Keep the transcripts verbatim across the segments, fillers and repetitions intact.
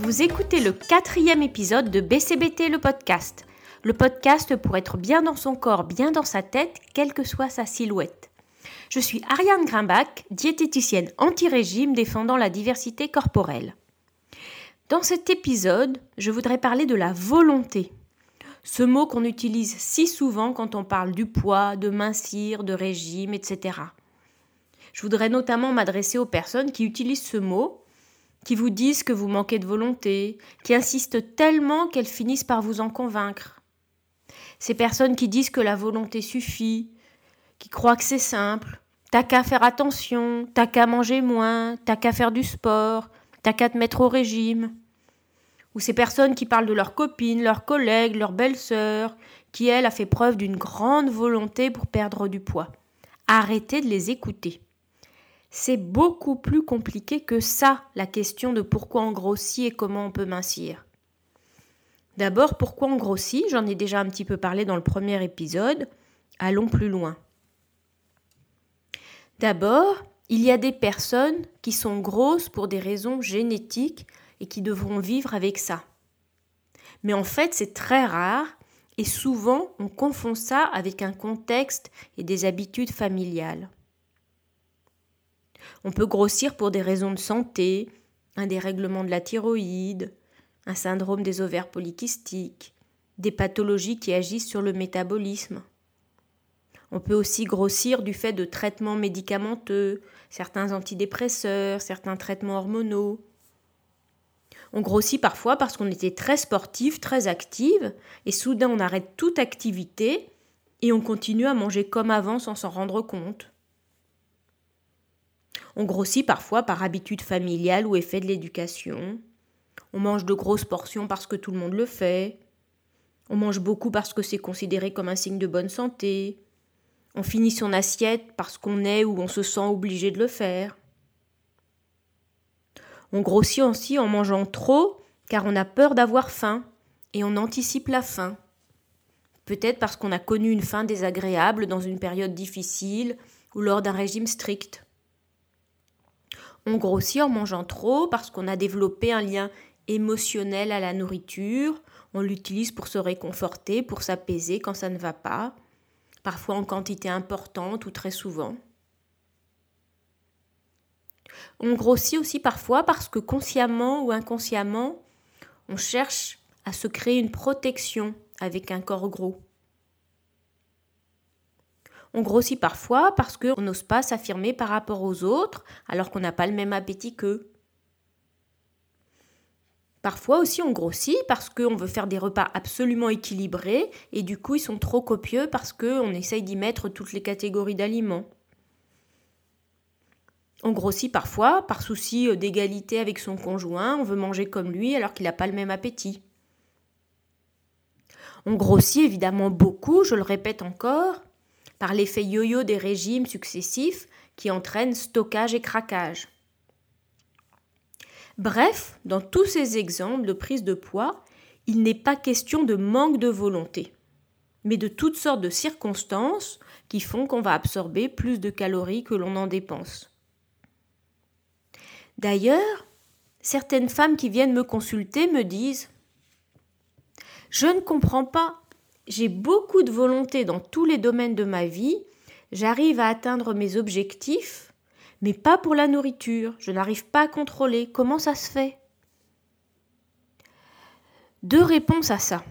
Vous écoutez le quatrième épisode de B C B T le podcast. Le podcast pour être bien dans son corps, bien dans sa tête, quelle que soit sa silhouette. Je suis Ariane Grimbach, diététicienne anti-régime défendant la diversité corporelle. Dans cet épisode, je voudrais parler de la volonté. Ce mot qu'on utilise si souvent quand on parle du poids, de mincir, de régime, et cetera. Je voudrais notamment m'adresser aux personnes qui utilisent ce mot, qui vous disent que vous manquez de volonté, qui insistent tellement qu'elles finissent par vous en convaincre. Ces personnes qui disent que la volonté suffit, qui croient que c'est simple, t'as qu'à faire attention, t'as qu'à manger moins, t'as qu'à faire du sport, t'as qu'à te mettre au régime. Ou ces personnes qui parlent de leurs copines, leurs collègues, leurs belles-sœurs, qui, elle, a fait preuve d'une grande volonté pour perdre du poids. Arrêtez de les écouter. C'est beaucoup plus compliqué que ça, la question de pourquoi on grossit et comment on peut mincir. D'abord, pourquoi on grossit ? J'en ai déjà un petit peu parlé dans le premier épisode. Allons plus loin. D'abord, il y a des personnes qui sont grosses pour des raisons génétiques et qui devront vivre avec ça. Mais en fait, c'est très rare et souvent, on confond ça avec un contexte et des habitudes familiales. On peut grossir pour des raisons de santé, un dérèglement de la thyroïde, un syndrome des ovaires polykystiques, des pathologies qui agissent sur le métabolisme. On peut aussi grossir du fait de traitements médicamenteux, certains antidépresseurs, certains traitements hormonaux. On grossit parfois parce qu'on était très sportif, très active, et soudain on arrête toute activité et on continue à manger comme avant sans s'en rendre compte. On grossit parfois par habitude familiale ou effet de l'éducation. On mange de grosses portions parce que tout le monde le fait. On mange beaucoup parce que c'est considéré comme un signe de bonne santé. On finit son assiette parce qu'on est ou on se sent obligé de le faire. On grossit aussi en mangeant trop car on a peur d'avoir faim et on anticipe la faim. Peut-être parce qu'on a connu une faim désagréable dans une période difficile ou lors d'un régime strict. On grossit en mangeant trop parce qu'on a développé un lien émotionnel à la nourriture. On l'utilise pour se réconforter, pour s'apaiser quand ça ne va pas, parfois en quantité importante ou très souvent. On grossit aussi parfois parce que consciemment ou inconsciemment, on cherche à se créer une protection avec un corps gros. On grossit parfois parce qu'on n'ose pas s'affirmer par rapport aux autres alors qu'on n'a pas le même appétit qu'eux. Parfois aussi on grossit parce qu'on veut faire des repas absolument équilibrés et du coup ils sont trop copieux parce qu'on essaye d'y mettre toutes les catégories d'aliments. On grossit parfois par souci d'égalité avec son conjoint, on veut manger comme lui alors qu'il n'a pas le même appétit. On grossit évidemment beaucoup, je le répète encore, par l'effet yo-yo des régimes successifs qui entraînent stockage et craquage. Bref, dans tous ces exemples de prise de poids, il n'est pas question de manque de volonté, mais de toutes sortes de circonstances qui font qu'on va absorber plus de calories que l'on en dépense. D'ailleurs, certaines femmes qui viennent me consulter me disent « Je ne comprends pas. J'ai beaucoup de volonté dans tous les domaines de ma vie, j'arrive à atteindre mes objectifs, mais pas pour la nourriture, je n'arrive pas à contrôler. Comment ça se fait ?» Deux réponses à ça.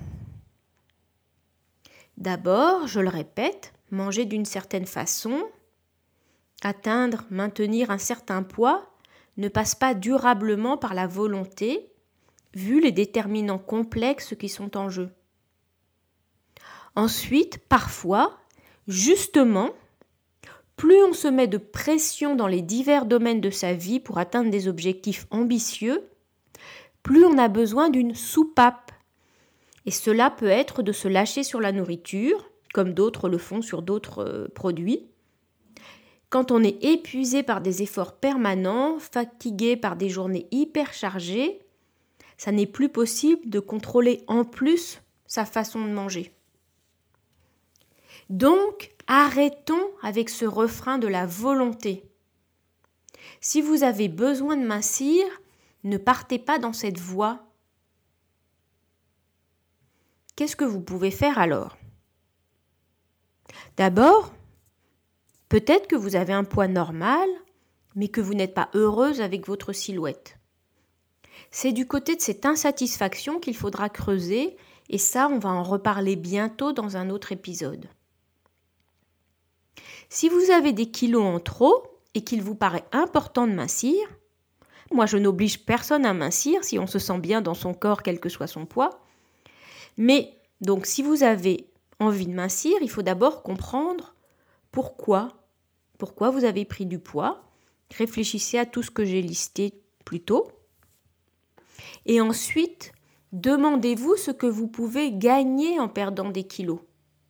D'abord, je le répète, manger d'une certaine façon, atteindre, maintenir un certain poids, ne passe pas durablement par la volonté, vu les déterminants complexes qui sont en jeu. Ensuite, parfois, justement, plus on se met de pression dans les divers domaines de sa vie pour atteindre des objectifs ambitieux, plus on a besoin d'une soupape. Et cela peut être de se lâcher sur la nourriture, comme d'autres le font sur d'autres euh, produits. Quand on est épuisé par des efforts permanents, fatigué par des journées hyper chargées, ça n'est plus possible de contrôler en plus sa façon de manger. Donc, arrêtons avec ce refrain de la volonté. Si vous avez besoin de mincir, Ne partez pas dans cette voie. Qu'est-ce que vous pouvez faire alors ? D'abord, peut-être que vous avez un poids normal, mais que vous n'êtes pas heureuse avec votre silhouette. C'est du côté de cette insatisfaction qu'il faudra creuser, et ça, on va en reparler bientôt dans un autre épisode. Si vous avez des kilos en trop et qu'il vous paraît important de mincir, moi je n'oblige personne à mincir si on se sent bien dans son corps, quel que soit son poids, mais donc si vous avez envie de mincir, il faut d'abord comprendre pourquoi, pourquoi vous avez pris du poids. Réfléchissez à tout ce que j'ai listé plus tôt. Et ensuite, demandez-vous ce que vous pouvez gagner en perdant des kilos.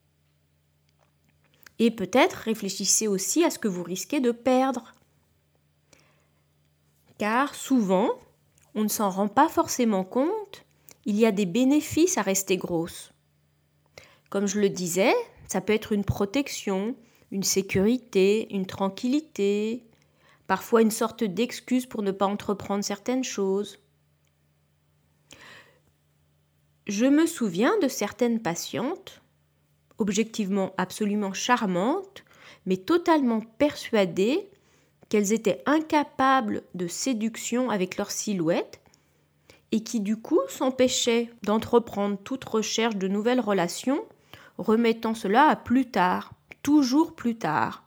Et peut-être réfléchissez aussi à ce que vous risquez de perdre. Car souvent, on ne s'en rend pas forcément compte, il y a des bénéfices à rester grosse. Comme je le disais, ça peut être une protection, une sécurité, une tranquillité, parfois une sorte d'excuse pour ne pas entreprendre certaines choses. Je me souviens de certaines patientes, objectivement absolument charmantes, mais totalement persuadées qu'elles étaient incapables de séduction avec leur silhouette et qui du coup s'empêchaient d'entreprendre toute recherche de nouvelles relations, remettant cela à plus tard, toujours plus tard.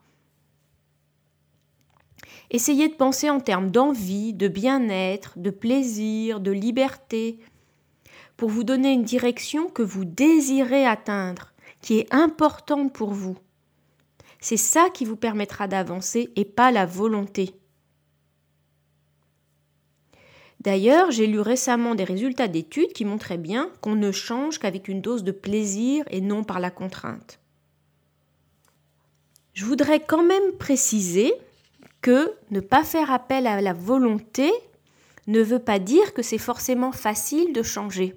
Essayez de penser en termes d'envie, de bien-être, de plaisir, de liberté, pour vous donner une direction que vous désirez atteindre, qui est importante pour vous. C'est ça qui vous permettra d'avancer et pas la volonté. D'ailleurs, j'ai lu récemment des résultats d'études qui montraient bien qu'on ne change qu'avec une dose de plaisir et non par la contrainte. Je voudrais quand même préciser que ne pas faire appel à la volonté ne veut pas dire que c'est forcément facile de changer.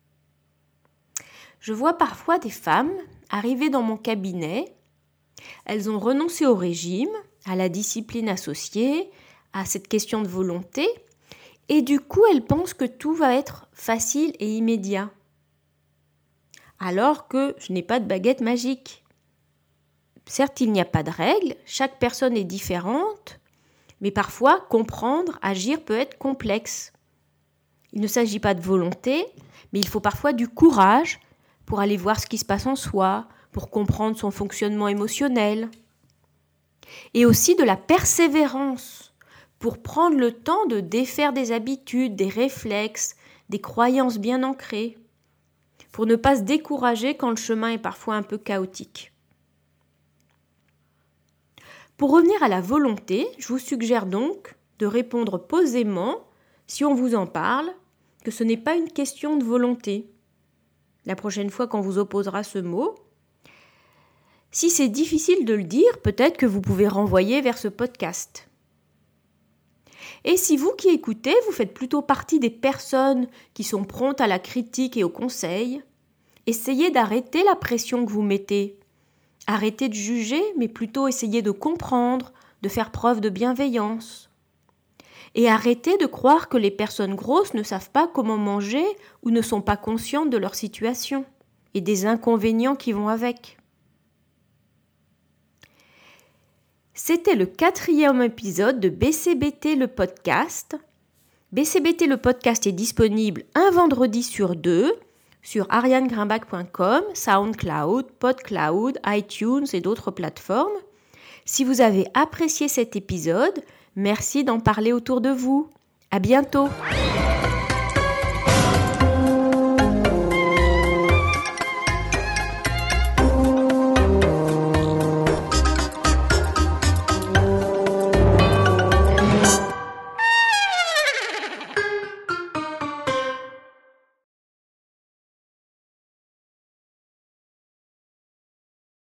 Je vois parfois des femmes arriver dans mon cabinet, elles ont renoncé au régime, à la discipline associée, à cette question de volonté, et du coup elles pensent que tout va être facile et immédiat. Alors que je n'ai pas de baguette magique. Certes, il n'y a pas de règle, chaque personne est différente, mais parfois comprendre, agir peut être complexe. Il ne s'agit pas de volonté, mais il faut parfois du courage pour aller voir ce qui se passe en soi, pour comprendre son fonctionnement émotionnel. Et aussi de la persévérance, pour prendre le temps de défaire des habitudes, des réflexes, des croyances bien ancrées, pour ne pas se décourager quand le chemin est parfois un peu chaotique. Pour revenir à la volonté, je vous suggère donc de répondre posément, si on vous en parle, que ce n'est pas une question de volonté. La prochaine fois qu'on vous opposera ce mot, si c'est difficile de le dire, peut-être que vous pouvez renvoyer vers ce podcast. Et si vous qui écoutez, vous faites plutôt partie des personnes qui sont promptes à la critique et au conseil, essayez d'arrêter la pression que vous mettez. Arrêtez de juger, mais plutôt essayez de comprendre, de faire preuve de bienveillance. Et arrêtez de croire que les personnes grosses ne savent pas comment manger ou ne sont pas conscientes de leur situation et des inconvénients qui vont avec. C'était le quatrième épisode de B C B T le podcast. B C B T le podcast est disponible un vendredi sur deux sur ariane grimbach point com, SoundCloud, PodCloud, iTunes et d'autres plateformes. Si vous avez apprécié cet épisode, merci d'en parler autour de vous. À bientôt!